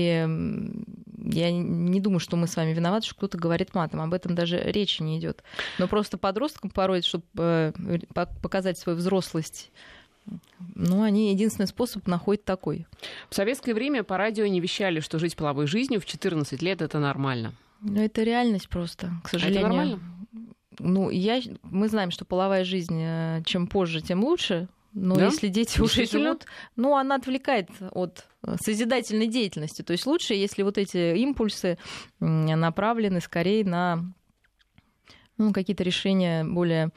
я не думаю, что мы с вами виноваты, что кто-то говорит матом. Об этом даже речи не идет. Но просто подросткам порой, чтобы показать свою взрослость, они единственный способ находят такой. В советское время по радио не вещали, что жить половой жизнью в 14 лет — это нормально. Это реальность просто, к сожалению. Это нормально? Мы знаем, что половая жизнь, чем позже, тем лучше. Но да? если дети уже живут, она отвлекает от созидательной деятельности. То есть лучше, если вот эти импульсы направлены скорее на какие-то решения более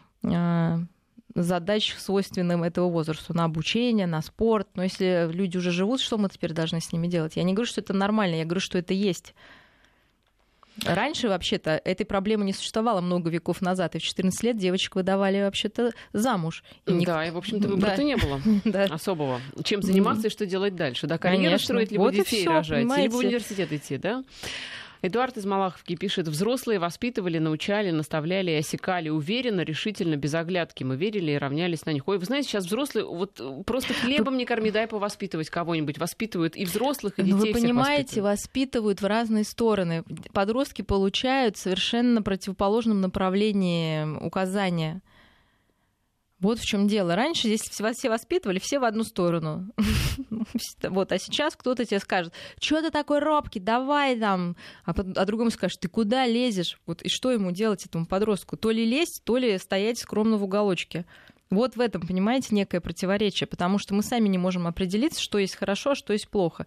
задач, свойственным этого возрасту, на обучение, на спорт. Но если люди уже живут, что мы теперь должны с ними делать? Я не говорю, что это нормально, я говорю, что это есть. Раньше, вообще-то, этой проблемы не существовало много веков назад, и в 14 лет девочек выдавали, вообще-то, замуж. Да, и, в общем-то, выбора-то не было особого. Чем заниматься и что делать дальше? Да, карьеру строить, либо детей рожать, либо в университет идти, да? Эдуард из Малаховки пишет: взрослые воспитывали, научали, наставляли и осекали уверенно, решительно, без оглядки. Мы верили и равнялись на них. Ой, вы знаете, сейчас взрослые просто хлебом не корми, дай повоспитывать кого-нибудь. Воспитывают и взрослых, и детей. Вы понимаете, воспитывают в разные стороны. Подростки получают совершенно на противоположном направлении указания. Вот в чем дело. Раньше здесь все воспитывали, все в одну сторону. А сейчас кто-то тебе скажет: что ты такой робкий, давай там. А другому скажет: ты куда лезешь? И что ему делать, этому подростку? То ли лезть, то ли стоять скромно в уголочке. Вот в этом, понимаете, некое противоречие, потому что мы сами не можем определиться, что есть хорошо, а что есть плохо.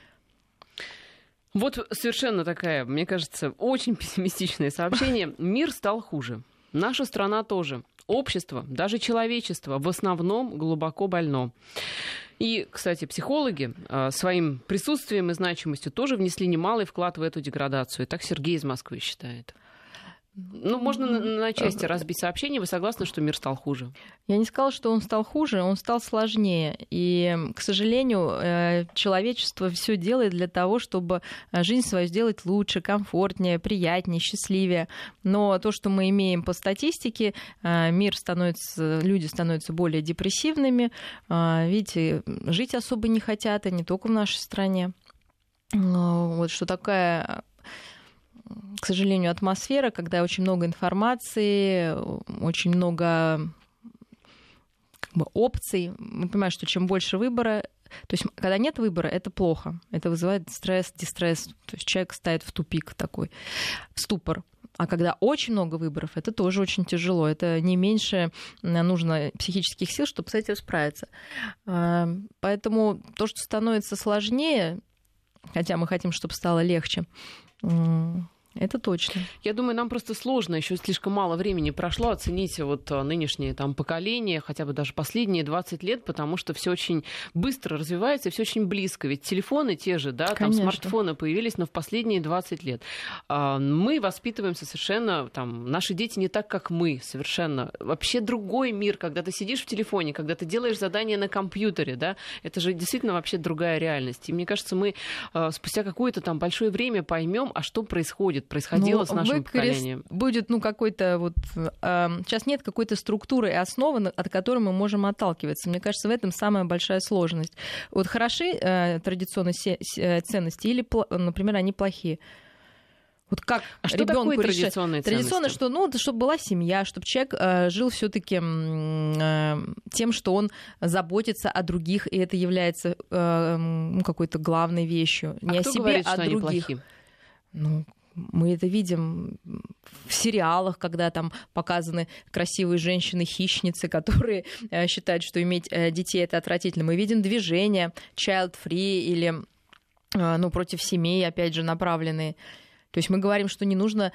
Вот совершенно такая, мне кажется, очень пессимистичное сообщение. Мир стал хуже. Наша страна тоже. Общество, даже человечество, в основном глубоко больно. И, кстати, психологи своим присутствием и значимостью тоже внесли немалый вклад в эту деградацию. Так Сергей из Москвы считает. Ну, можно на части разбить сообщение. Вы согласны, что мир стал хуже? Я не сказала, что он стал хуже, он стал сложнее. И, к сожалению, человечество все делает для того, чтобы жизнь свою сделать лучше, комфортнее, приятнее, счастливее. Но то, что мы имеем по статистике, люди становятся более депрессивными. Видите, жить особо не хотят, и не только в нашей стране. Вот что такая, к сожалению, атмосфера, когда очень много информации, очень много опций. Мы понимаем, что чем больше выбора, то есть когда нет выбора, это плохо. Это вызывает стресс, дистресс. То есть человек ставит в тупик такой, в ступор. А когда очень много выборов, это тоже очень тяжело. Это не меньше нужно психических сил, чтобы с этим справиться. Поэтому то, что становится сложнее, хотя мы хотим, чтобы стало легче, это точно. Я думаю, нам просто сложно, еще слишком мало времени прошло, оценить вот нынешнее там поколение, хотя бы даже последние 20 лет, потому что все очень быстро развивается и все очень близко. Ведь телефоны те же, да, там смартфоны появились, но в последние 20 лет. Мы воспитываемся совершенно, там, наши дети не так, как мы, совершенно. Вообще другой мир, когда ты сидишь в телефоне, когда ты делаешь задания на компьютере, да, это же действительно вообще другая реальность. И мне кажется, мы спустя какое-то там большое время поймем, а что происходило с нашим поколением. Будет, какой-то вот... Сейчас нет какой-то структуры и основы, от которой мы можем отталкиваться. Мне кажется, в этом самая большая сложность. Вот хороши традиционные ценности или, например, они плохие? Вот как что такое традиционные ценности? Традиционно, что, чтобы была семья, чтобы человек жил все-таки тем, что он заботится о других, и это является какой-то главной вещью. Не кто о себе, говорит, а о что других. Они плохие? Мы это видим в сериалах, когда там показаны красивые женщины-хищницы, которые считают, что иметь детей — это отвратительно. Мы видим движения child-free или против семей, опять же, направленные. То есть мы говорим, что не нужно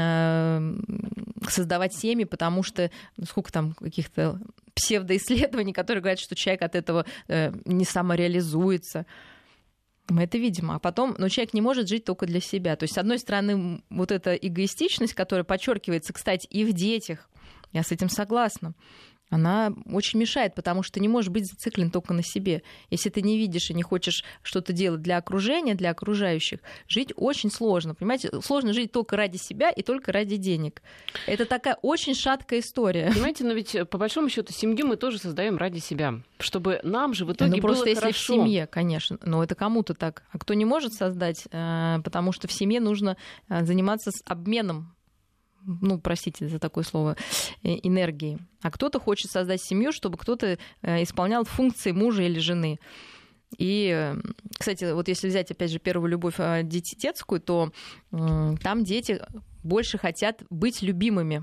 создавать семьи, потому что сколько там каких-то псевдоисследований, которые говорят, что человек от этого не самореализуется. Мы это видим. А потом, человек не может жить только для себя. То есть, с одной стороны, вот эта эгоистичность, которая подчеркивается, кстати, и в детях, я с этим согласна, она очень мешает, потому что ты не можешь быть зациклен только на себе. Если ты не видишь и не хочешь что-то делать для окружения, для окружающих, жить очень сложно. Понимаете, сложно жить только ради себя и только ради денег. Это такая очень шаткая история. Понимаете, но ведь по большому счету семью мы тоже создаем ради себя, чтобы нам же в итоге было просто хорошо. Если в семье, конечно, но это кому-то так. А кто не может создать, потому что в семье нужно заниматься обменом, простите за такое слово, энергии. А кто-то хочет создать семью, чтобы кто-то исполнял функции мужа или жены. И, кстати, вот если взять, опять же, первую любовь детскую, то там дети больше хотят быть любимыми.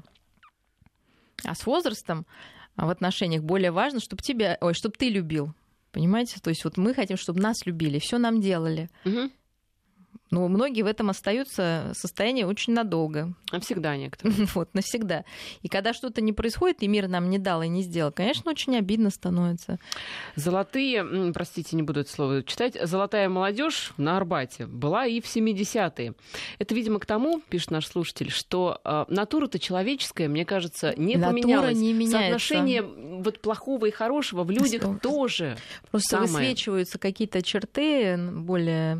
А с возрастом в отношениях более важно, чтобы ты любил. Понимаете? То есть вот мы хотим, чтобы нас любили, все нам делали. Угу. Но многие в этом остаются в состоянии очень надолго. Навсегда некоторые. Вот, навсегда. И когда что-то не происходит, и мир нам не дал и не сделал, конечно, очень обидно становится. Золотые, простите, не буду это слово читать, золотая молодежь на Арбате была и в 70-е. Это, видимо, к тому, пишет наш слушатель, что натура-то человеческая, мне кажется, не поменялась. Не меняется. Соотношение вот плохого и хорошего в людях тоже. Просто высвечиваются какие-то черты более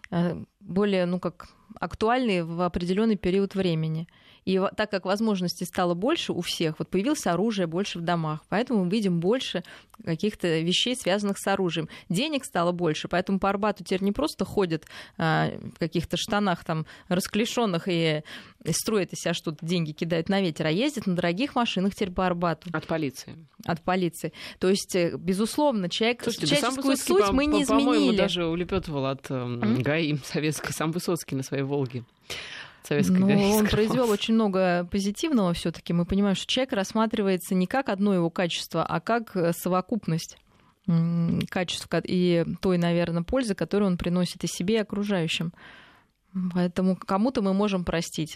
актуальные в определенный период времени. И так как возможностей стало больше у всех, вот появилось оружие больше в домах, поэтому мы видим больше каких-то вещей, связанных с оружием. Денег стало больше, поэтому по Арбату теперь не просто ходят в каких-то штанах там расклешенных и строят из себя что-то, деньги кидают на ветер, а ездят на дорогих машинах теперь по Арбату. От полиции. То есть, безусловно, человеческую суть мы не изменили. По-моему, даже улепетывал от ГАИ советской, сам Высоцкий на своей «Волге». Он произвел очень много позитивного все-таки. Мы понимаем, что человек рассматривается не как одно его качество, а как совокупность качеств и той, наверное, пользы, которую он приносит и себе, и окружающим. Поэтому кому-то мы можем простить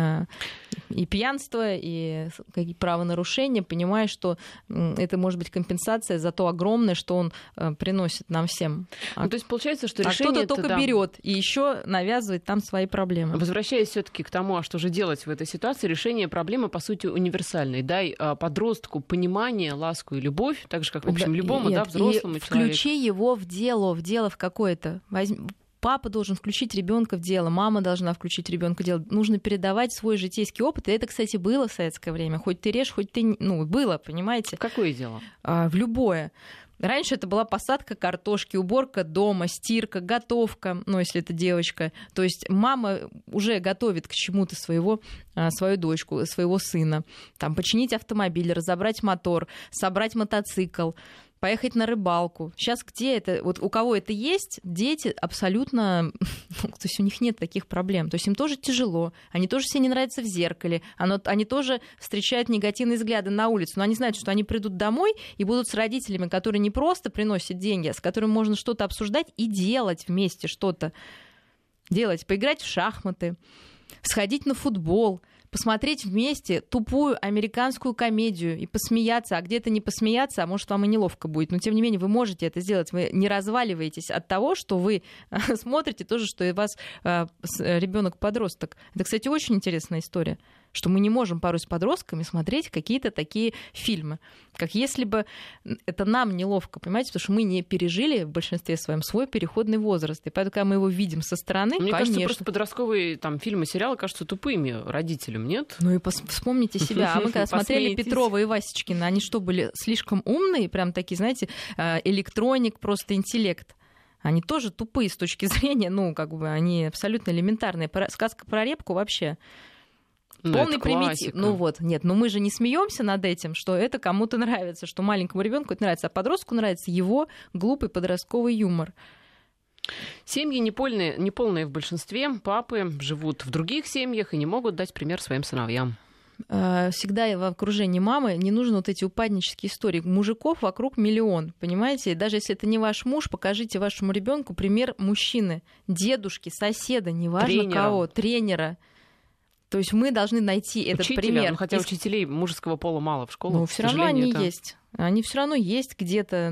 и пьянство, и какие правонарушения, понимая, что это может быть компенсация за то огромное, что он приносит нам всем. То есть получается, что решение кто-то только берет и еще навязывает там свои проблемы. Возвращаясь все-таки к тому, а что же делать в этой ситуации, решение проблемы по сути универсальное. Дай подростку понимание, ласку и любовь, так же как в общем любому, взрослому человеку. Включи его в дело в какое-то. Папа должен включить ребенка в дело, мама должна включить ребенка в дело. Нужно передавать свой житейский опыт. И это, кстати, было в советское время. Хоть ты режь, хоть ты... было, понимаете? Какое дело? В любое. Раньше это была посадка картошки, уборка дома, стирка, готовка, если это девочка. То есть мама уже готовит к чему-то свою дочку, своего сына. Там, починить автомобиль, разобрать мотор, собрать мотоцикл, поехать на рыбалку. Сейчас где это? Вот у кого это есть, дети абсолютно... то есть у них нет таких проблем. То есть им тоже тяжело. Они тоже себе не нравятся в зеркале. Они тоже встречают негативные взгляды на улице. Но они знают, что они придут домой и будут с родителями, которые не просто приносят деньги, а с которыми можно что-то обсуждать и делать вместе что-то. Делать. Поиграть в шахматы, сходить на футбол, посмотреть вместе тупую американскую комедию и посмеяться, а где-то не посмеяться, а может, вам и неловко будет. Но, тем не менее, вы можете это сделать. Вы не разваливаетесь от того, что вы смотрите то же, что и вас ребенок-подросток. Это, кстати, очень интересная история, что мы не можем порой с подростками смотреть какие-то такие фильмы, как если бы это нам неловко, понимаете, потому что мы не пережили в большинстве своем свой переходный возраст. И поэтому, когда мы его видим со стороны, мне конечно... кажется, просто подростковые фильмы, сериалы кажутся тупыми родителям, нет? Ну и вспомните себя. А мы когда смотрели Петрова и Васечкина, они что, были слишком умные, прям такие, знаете, электроник, просто интеллект. Они тоже тупые с точки зрения, они абсолютно элементарные. Сказка про репку вообще... Полный примитив. Мы же не смеемся над этим, что это кому-то нравится, что маленькому ребенку это нравится, а подростку нравится его глупый подростковый юмор. Семьи неполные в большинстве, папы живут в других семьях и не могут дать пример своим сыновьям. Всегда в окружении мамы не нужны вот эти упаднические истории. Мужиков вокруг миллион, понимаете? Даже если это не ваш муж, покажите вашему ребенку пример мужчины, дедушки, соседа, неважно кого, тренера. То есть мы должны найти этот пример. Хотя учителей мужеского пола мало в школах. Но все равно они есть. Они все равно есть где-то.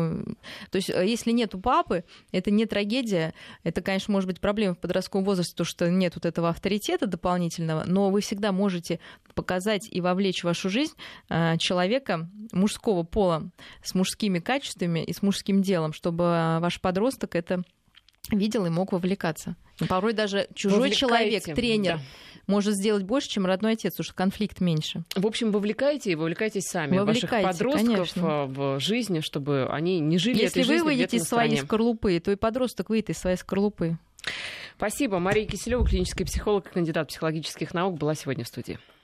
То есть если нет у папы, это не трагедия. Это, конечно, может быть проблема в подростковом возрасте, потому что нет вот этого авторитета дополнительного, но вы всегда можете показать и вовлечь в вашу жизнь человека мужского пола с мужскими качествами и с мужским делом, чтобы ваш подросток это видел и мог вовлекаться. Порой даже чужой человек, тренер, может сделать больше, чем родной отец, потому что конфликт меньше. В общем, вовлекайтесь сами ваших подростков, конечно, в жизнь, чтобы они не жили этой жизнью. Если вы выйдете из своей скорлупы, то и подросток выйдет из своей скорлупы. Спасибо. Мария Киселева, клинический психолог и кандидат психологических наук, была сегодня в студии.